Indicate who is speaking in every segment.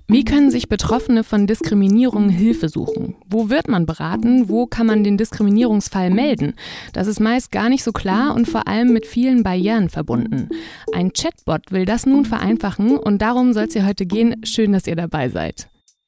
Speaker 1: Wie können sich Betroffene von Diskriminierung Hilfe suchen? Wo wird man beraten? Wo kann man den Diskriminierungsfall melden? Das ist meist gar nicht so klar und vor allem mit vielen Barrieren verbunden. Ein Chatbot will das nun vereinfachen und darum soll es hier heute gehen. Schön, dass ihr dabei seid.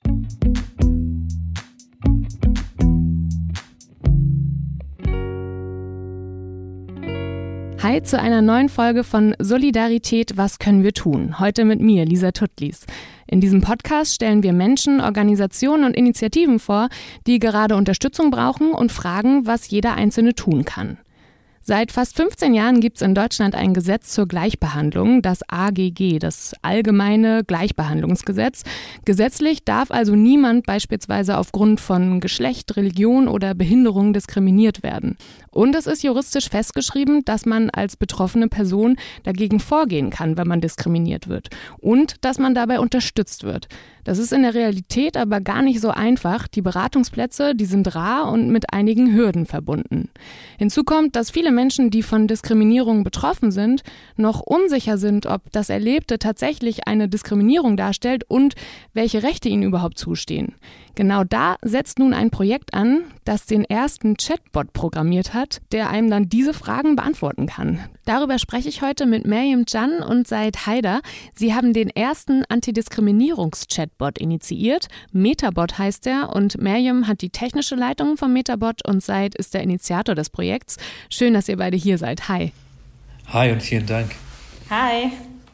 Speaker 1: Hi zu einer neuen Folge von Solidarität, was können wir tun? Heute mit mir, Lisa Tuttlis. In diesem Podcast stellen wir Menschen, Organisationen und Initiativen vor, die gerade Unterstützung brauchen und fragen, was jeder Einzelne tun kann. Seit fast 15 Jahren gibt es in Deutschland ein Gesetz zur Gleichbehandlung, das AGG, das Allgemeine Gleichbehandlungsgesetz. Gesetzlich darf also niemand beispielsweise aufgrund von Geschlecht, Religion oder Behinderung diskriminiert werden. Und es ist juristisch festgeschrieben, dass man als betroffene Person dagegen vorgehen kann, wenn man diskriminiert wird. Und dass man dabei unterstützt wird. Das ist in der Realität aber gar nicht so einfach. Die Beratungsplätze, die sind rar und mit einigen Hürden verbunden. Hinzu kommt, dass viele Menschen, die von Diskriminierung betroffen sind, noch unsicher sind, ob das Erlebte tatsächlich eine Diskriminierung darstellt und welche Rechte ihnen überhaupt zustehen. Genau da setzt nun ein Projekt an, das den ersten Chatbot programmiert hat, der einem dann diese Fragen beantworten kann. Darüber spreche ich heute mit Maryam Can und Said Haider. Sie haben den ersten Antidiskriminierungs-Chatbot initiiert. Metabot heißt er und Maryam hat die technische Leitung vom Metabot und Said ist der Initiator des Projekts. Schön, dass ihr beide hier seid. Hi.
Speaker 2: Hi und vielen Dank.
Speaker 3: Hi.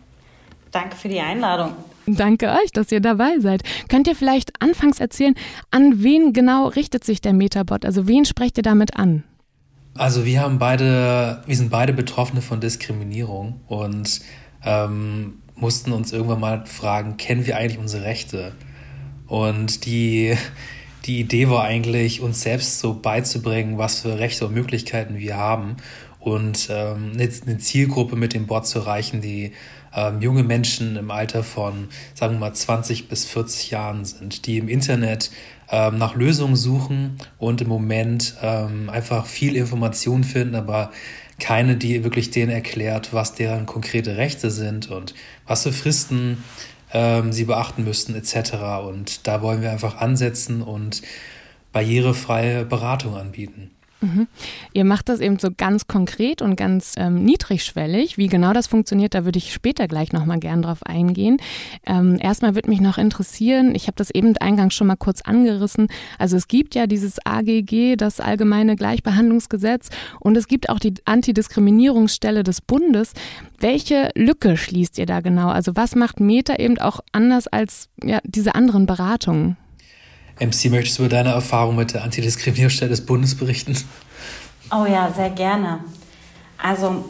Speaker 3: Danke für die Einladung.
Speaker 1: Danke euch, dass ihr dabei seid. Könnt ihr vielleicht anfangs erzählen, an wen genau richtet sich der Metabot? Also wen sprecht ihr damit an?
Speaker 2: Also wir sind beide Betroffene von Diskriminierung und mussten uns irgendwann mal fragen, kennen wir eigentlich unsere Rechte? Und die Idee war eigentlich, uns selbst so beizubringen, was für Rechte und Möglichkeiten wir haben und eine Zielgruppe mit dem Bot zu erreichen, die junge Menschen im Alter von, sagen wir mal, 20 bis 40 Jahren sind, die im Internet nach Lösungen suchen und im Moment einfach viel Information finden, aber keine, die wirklich denen erklärt, was deren konkrete Rechte sind und was für Fristen sie beachten müssten etc. Und da wollen wir einfach ansetzen und barrierefreie Beratung anbieten.
Speaker 1: Mhm. Ihr macht das eben so ganz konkret und ganz niedrigschwellig. Wie genau das funktioniert, da würde ich später gleich nochmal gern drauf eingehen. Erstmal würde mich noch interessieren, ich habe das eben eingangs schon mal kurz angerissen, also es gibt ja dieses AGG, das Allgemeine Gleichbehandlungsgesetz und es gibt auch die Antidiskriminierungsstelle des Bundes. Welche Lücke schließt ihr da genau? Also was macht Meta eben auch anders als diese anderen Beratungen?
Speaker 2: MC, möchtest du über deine Erfahrung mit der Antidiskriminierungsstelle des Bundes berichten?
Speaker 3: Oh ja, sehr gerne. Also,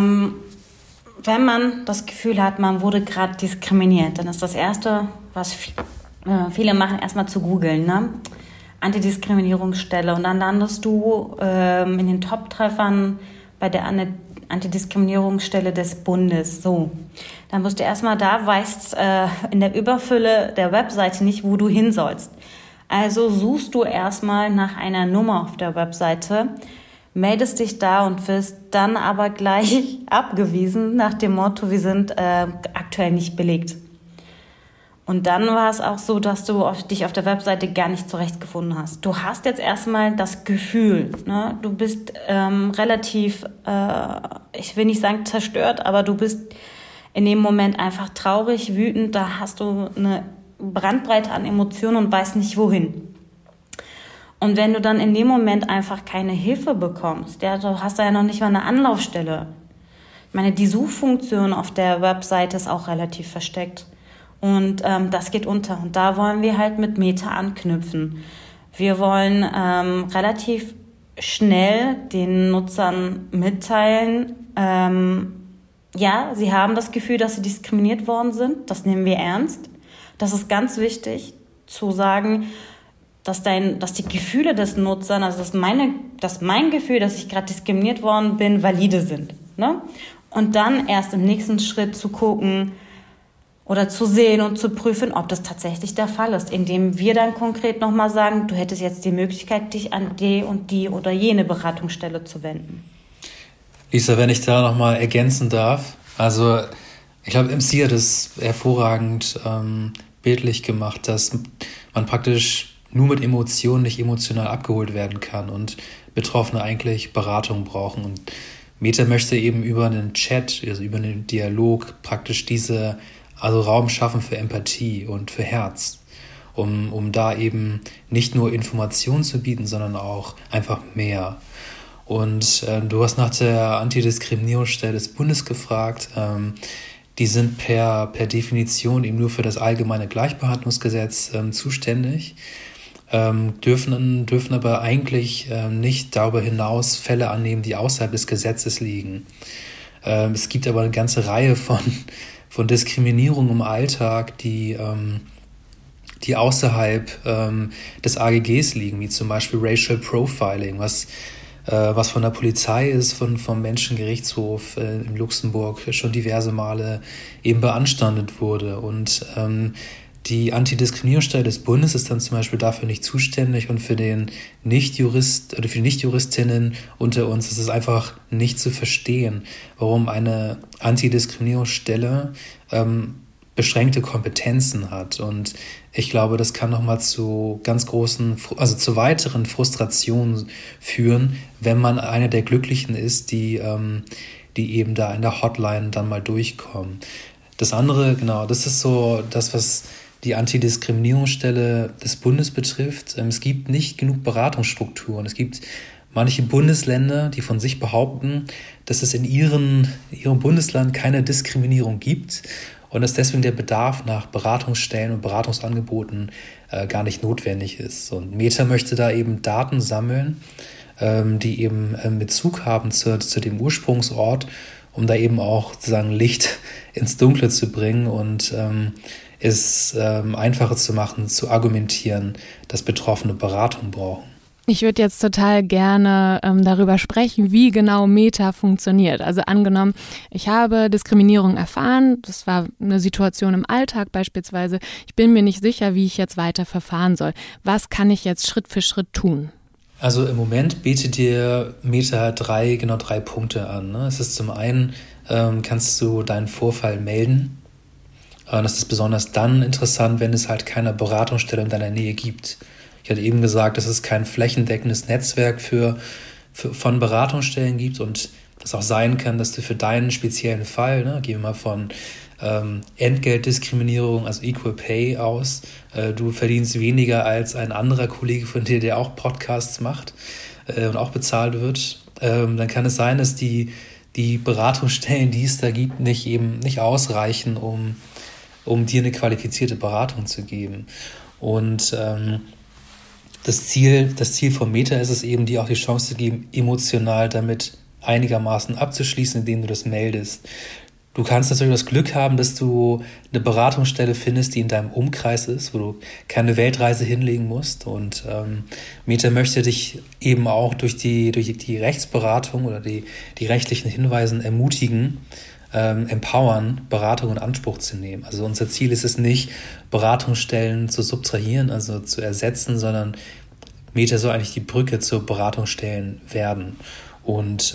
Speaker 3: wenn man das Gefühl hat, man wurde gerade diskriminiert, dann ist das Erste, was viele machen, erstmal zu googeln, ne? Antidiskriminierungsstelle. Und dann landest du in den Top-Treffern bei der Antidiskriminierungsstelle des Bundes. So, dann bist du erstmal da, weißt in der Überfülle der Webseite nicht, wo du hin sollst. Also suchst du erstmal nach einer Nummer auf der Webseite, meldest dich da und wirst dann aber gleich abgewiesen nach dem Motto, wir sind aktuell nicht belegt. Und dann war es auch so, dass du dich auf der Webseite gar nicht zurechtgefunden hast. Du hast jetzt erstmal das Gefühl, ne? Du bist relativ, ich will nicht sagen zerstört, aber du bist in dem Moment einfach traurig, wütend, da hast du eine Brandbreite an Emotionen und weiß nicht wohin. Und wenn du dann in dem Moment einfach keine Hilfe bekommst, du hast ja noch nicht mal eine Anlaufstelle. Ich meine, die Suchfunktion auf der Webseite ist auch relativ versteckt. Und das geht unter. Und da wollen wir halt mit Meta anknüpfen. Wir wollen relativ schnell den Nutzern mitteilen, sie haben das Gefühl, dass sie diskriminiert worden sind. Das nehmen wir ernst. Das ist ganz wichtig zu sagen, dass die Gefühle des Nutzers, also dass mein Gefühl, dass ich gerade diskriminiert worden bin, valide sind. Ne? Und dann erst im nächsten Schritt zu gucken oder zu sehen und zu prüfen, ob das tatsächlich der Fall ist, indem wir dann konkret nochmal sagen, du hättest jetzt die Möglichkeit, dich an die und die oder jene Beratungsstelle zu wenden.
Speaker 2: Lisa, wenn ich da nochmal ergänzen darf, also ich glaube, MC hat es hervorragend bildlich gemacht, dass man praktisch nur mit Emotionen nicht emotional abgeholt werden kann und Betroffene eigentlich Beratung brauchen. Und Meta möchte eben über einen Chat, also über einen Dialog praktisch also Raum schaffen für Empathie und für Herz, um da eben nicht nur Informationen zu bieten, sondern auch einfach mehr. Und du hast nach der Antidiskriminierungsstelle des Bundes gefragt. Die sind per Definition eben nur für das allgemeine Gleichbehandlungsgesetz zuständig, dürfen aber eigentlich nicht darüber hinaus Fälle annehmen, die außerhalb des Gesetzes liegen. Es gibt aber eine ganze Reihe von Diskriminierung im Alltag, die außerhalb des AGGs liegen, wie zum Beispiel Racial Profiling, was von der Polizei ist, vom Menschengerichtshof in Luxemburg schon diverse Male eben beanstandet wurde. Und die Antidiskriminierungsstelle des Bundes ist dann zum Beispiel dafür nicht zuständig, und für den Nichtjurist oder für die Nichtjuristinnen unter uns ist es einfach nicht zu verstehen, warum eine Antidiskriminierungsstelle beschränkte Kompetenzen hat. Und ich glaube, das kann nochmal zu zu weiteren Frustrationen führen, wenn man einer der Glücklichen ist, die eben da in der Hotline dann mal durchkommen. Das andere, genau, das ist so das, was die Antidiskriminierungsstelle des Bundes betrifft. Es gibt nicht genug Beratungsstrukturen. Es gibt manche Bundesländer, die von sich behaupten, dass es in ihrem Bundesland keine Diskriminierung gibt und dass deswegen der Bedarf nach Beratungsstellen und Beratungsangeboten gar nicht notwendig ist. Und Meta möchte da eben Daten sammeln, die eben Bezug haben zu dem Ursprungsort, um da eben auch sozusagen Licht ins Dunkle zu bringen und es einfacher zu machen, zu argumentieren, dass Betroffene Beratung brauchen.
Speaker 1: Ich würde jetzt total gerne darüber sprechen, wie genau Meta funktioniert. Also angenommen, ich habe Diskriminierung erfahren, das war eine Situation im Alltag beispielsweise. Ich bin mir nicht sicher, wie ich jetzt weiter verfahren soll. Was kann ich jetzt Schritt für Schritt tun?
Speaker 2: Also im Moment bietet dir Meta drei Punkte an. Ne? Es ist zum einen, kannst du deinen Vorfall melden. Das ist besonders dann interessant, wenn es halt keine Beratungsstelle in deiner Nähe gibt. Ich hatte eben gesagt, dass es kein flächendeckendes Netzwerk von Beratungsstellen gibt und es auch sein kann, dass du für deinen speziellen Fall, gehen wir mal von Entgeltdiskriminierung, also Equal Pay aus, du verdienst weniger als ein anderer Kollege von dir, der auch Podcasts macht und auch bezahlt wird, dann kann es sein, dass die Beratungsstellen, die es da gibt, nicht ausreichen, um dir eine qualifizierte Beratung zu geben. Und das Ziel von Meta ist es eben, dir auch die Chance zu geben, emotional damit einigermaßen abzuschließen, indem du das meldest. Du kannst natürlich das Glück haben, dass du eine Beratungsstelle findest, die in deinem Umkreis ist, wo du keine Weltreise hinlegen musst. Und Meta möchte dich eben auch durch die Rechtsberatung oder die rechtlichen Hinweisen ermutigen, empowern, Beratung in Anspruch zu nehmen. Also unser Ziel ist es nicht, Beratungsstellen zu subtrahieren, also zu ersetzen, sondern Meta soll eigentlich die Brücke zu Beratungsstellen werden. Und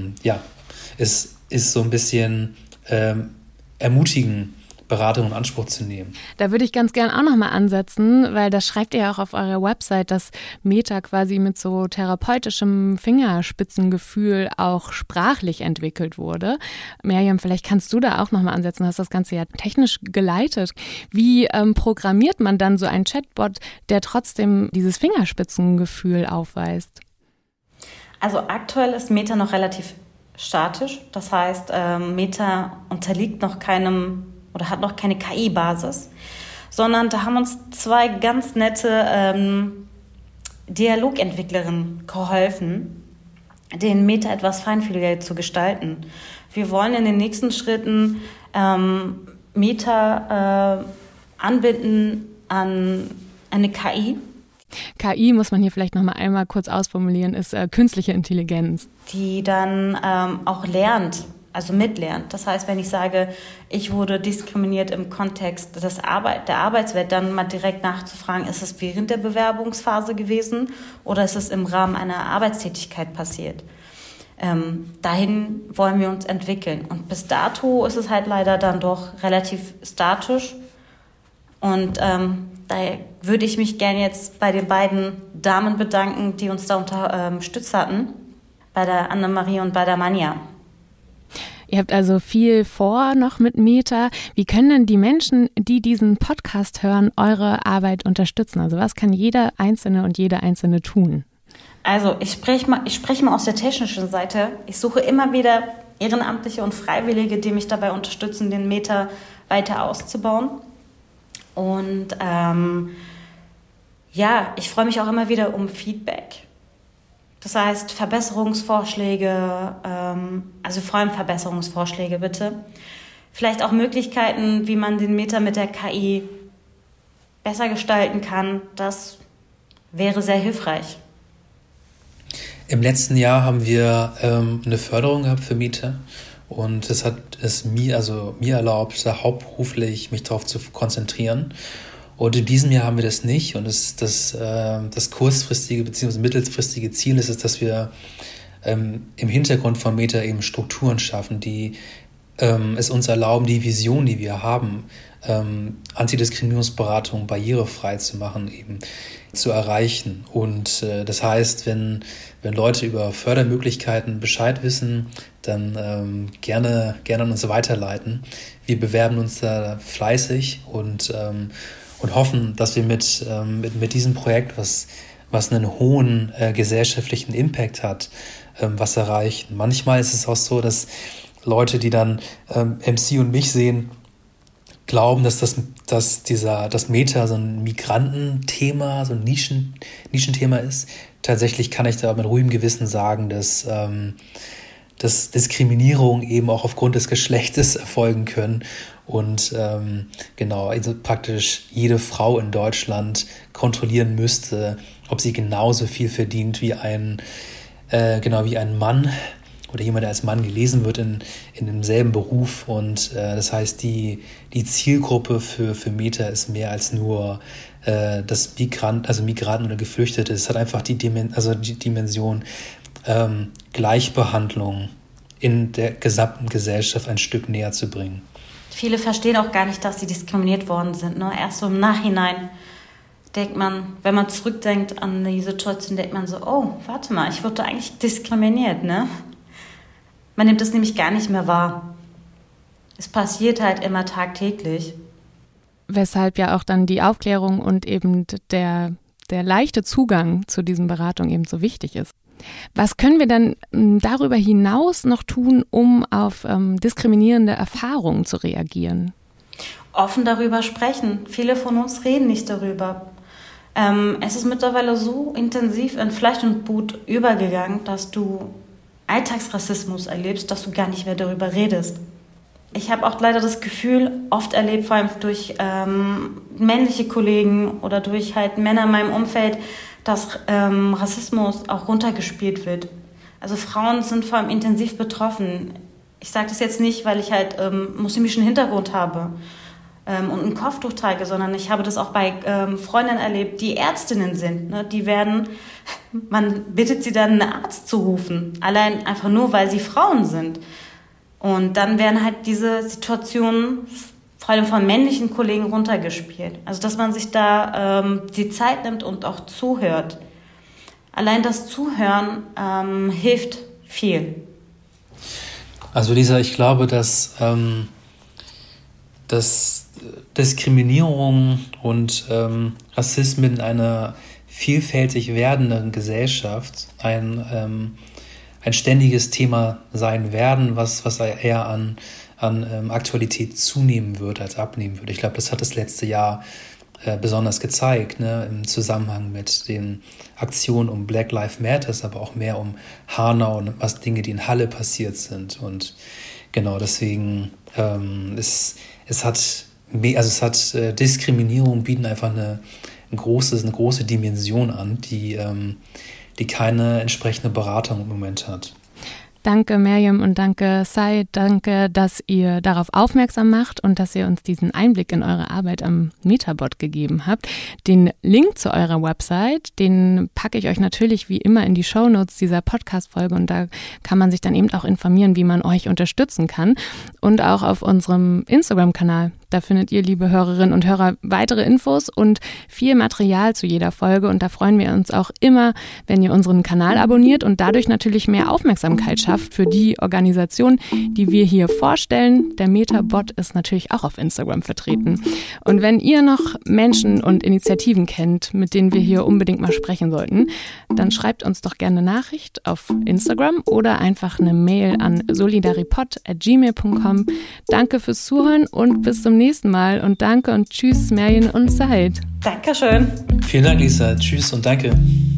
Speaker 2: es ist so ein bisschen ermutigen, Beratung in Anspruch zu nehmen.
Speaker 1: Da würde ich ganz gern auch nochmal ansetzen, weil das schreibt ihr ja auch auf eurer Website, dass Meta quasi mit so therapeutischem Fingerspitzengefühl auch sprachlich entwickelt wurde. Miriam, vielleicht kannst du da auch nochmal ansetzen, du hast das Ganze ja technisch geleitet. Wie programmiert man dann so einen Chatbot, der trotzdem dieses Fingerspitzengefühl aufweist?
Speaker 3: Also aktuell ist Meta noch relativ statisch. Das heißt, Meta unterliegt noch keinem oder hat noch keine KI-Basis, sondern da haben uns zwei ganz nette Dialogentwicklerinnen geholfen, den Meta etwas feinfühliger zu gestalten. Wir wollen in den nächsten Schritten Meta anbinden an eine KI.
Speaker 1: KI, muss man hier vielleicht noch mal einmal kurz ausformulieren, ist künstliche Intelligenz.
Speaker 3: Die dann auch lernt, also mitlernt. Das heißt, wenn ich sage, ich wurde diskriminiert im Kontext der Arbeitswelt, dann mal direkt nachzufragen, ist es während der Bewerbungsphase gewesen oder ist es im Rahmen einer Arbeitstätigkeit passiert? Dahin wollen wir uns entwickeln. Und bis dato ist es halt leider dann doch relativ statisch. Und da würde ich mich gerne jetzt bei den beiden Damen bedanken, die uns da unterstützt hatten, bei der Annemarie und bei der Manja.
Speaker 1: Ihr habt also viel vor noch mit Meta. Wie können denn die Menschen, die diesen Podcast hören, eure Arbeit unterstützen? Also was kann jeder Einzelne und jede Einzelne tun?
Speaker 3: Also ich spreche mal aus der technischen Seite. Ich suche immer wieder Ehrenamtliche und Freiwillige, die mich dabei unterstützen, den Meta weiter auszubauen. Und ich freue mich auch immer wieder um Feedback. Das heißt, Verbesserungsvorschläge, also vor allem Verbesserungsvorschläge bitte. Vielleicht auch Möglichkeiten, wie man den Meta mit der KI besser gestalten kann. Das wäre sehr hilfreich.
Speaker 2: Im letzten Jahr haben wir eine Förderung gehabt für Meta und das hat es mir erlaubt, da hauptberuflich mich darauf zu konzentrieren. Und in diesem Jahr haben wir das nicht und das kurzfristige bzw. mittelfristige Ziel ist es, dass wir im Hintergrund von Meta eben Strukturen schaffen, die es uns erlauben, die Vision, die wir haben, Antidiskriminierungsberatung barrierefrei zu machen, eben zu erreichen. Und das heißt, wenn Leute über Fördermöglichkeiten Bescheid wissen, dann gerne an uns weiterleiten. Wir bewerben uns da fleißig und hoffen, dass wir mit diesem Projekt, was einen hohen gesellschaftlichen Impact hat, was erreichen. Manchmal ist es auch so, dass Leute, die dann MC und mich sehen, glauben, dass das Meta so ein Migrantenthema, so ein Nischenthema ist. Tatsächlich kann ich da mit ruhigem Gewissen sagen, dass Diskriminierung eben auch aufgrund des Geschlechtes erfolgen können und also praktisch jede Frau in Deutschland kontrollieren müsste, ob sie genauso viel verdient wie ein Mann oder jemand, der als Mann gelesen wird in demselben Beruf. Und das heißt, die Zielgruppe für Meta ist mehr als nur Migranten oder Geflüchtete. Es hat einfach die Dimension Gleichbehandlung in der gesamten Gesellschaft ein Stück näher zu bringen.
Speaker 3: Viele verstehen auch gar nicht, dass sie diskriminiert worden sind. Ne? Erst so im Nachhinein denkt man, wenn man zurückdenkt an die Situation, denkt man so, oh, warte mal, ich wurde eigentlich diskriminiert, ne? Man nimmt es nämlich gar nicht mehr wahr. Es passiert halt immer tagtäglich.
Speaker 1: Weshalb ja auch dann die Aufklärung und eben der leichte Zugang zu diesen Beratungen eben so wichtig ist. Was können wir dann darüber hinaus noch tun, um auf diskriminierende Erfahrungen zu reagieren?
Speaker 3: Offen darüber sprechen. Viele von uns reden nicht darüber. Es ist mittlerweile so intensiv in Fleisch und Blut übergegangen, dass du Alltagsrassismus erlebst, dass du gar nicht mehr darüber redest. Ich habe auch leider das Gefühl, oft erlebt, vor allem durch männliche Kollegen oder durch halt Männer in meinem Umfeld, dass Rassismus auch runtergespielt wird. Also Frauen sind vor allem intensiv betroffen. Ich sage das jetzt nicht, weil ich halt muslimischen Hintergrund habe und ein Kopftuch trage, sondern ich habe das auch bei Freundinnen erlebt, die Ärztinnen sind. Ne? Man bittet sie dann, einen Arzt zu rufen, allein einfach nur, weil sie Frauen sind. Und dann werden halt diese Situationen vor allem von männlichen Kollegen runtergespielt. Also dass man sich da die Zeit nimmt und auch zuhört. Allein das Zuhören hilft viel.
Speaker 2: Also Lisa, ich glaube, dass Diskriminierung und Rassismen in einer vielfältig werdenden Gesellschaft ein ständiges Thema sein werden, was eher an Aktualität zunehmen wird als abnehmen wird. Ich glaube, das hat das letzte Jahr besonders gezeigt, ne, im Zusammenhang mit den Aktionen um Black Lives Matter, aber auch mehr um Hanau und Dinge, die in Halle passiert sind. Und genau deswegen Diskriminierung bieten einfach eine große Dimension an, die keine entsprechende Beratung im Moment hat.
Speaker 1: Danke Meriem und danke Sai, danke, dass ihr darauf aufmerksam macht und dass ihr uns diesen Einblick in eure Arbeit am Metabot gegeben habt. Den Link zu eurer Website, den packe ich euch natürlich wie immer in die Shownotes dieser Podcast-Folge und da kann man sich dann eben auch informieren, wie man euch unterstützen kann. Und auch auf unserem Instagram-Kanal Da findet ihr, liebe Hörerinnen und Hörer, weitere Infos und viel Material zu jeder Folge. Und da freuen wir uns auch immer, wenn ihr unseren Kanal abonniert und dadurch natürlich mehr Aufmerksamkeit schafft für die Organisation, die wir hier vorstellen. Der Metabot ist natürlich auch auf Instagram vertreten. Und wenn ihr noch Menschen und Initiativen kennt, mit denen wir hier unbedingt mal sprechen sollten, dann schreibt uns doch gerne eine Nachricht auf Instagram oder einfach eine Mail an solidaripod@gmail.com. Danke fürs Zuhören und bis zum nächsten Mal. Und danke und tschüss, Merjen und Said.
Speaker 3: Dankeschön.
Speaker 2: Vielen Dank, Lisa. Tschüss und danke.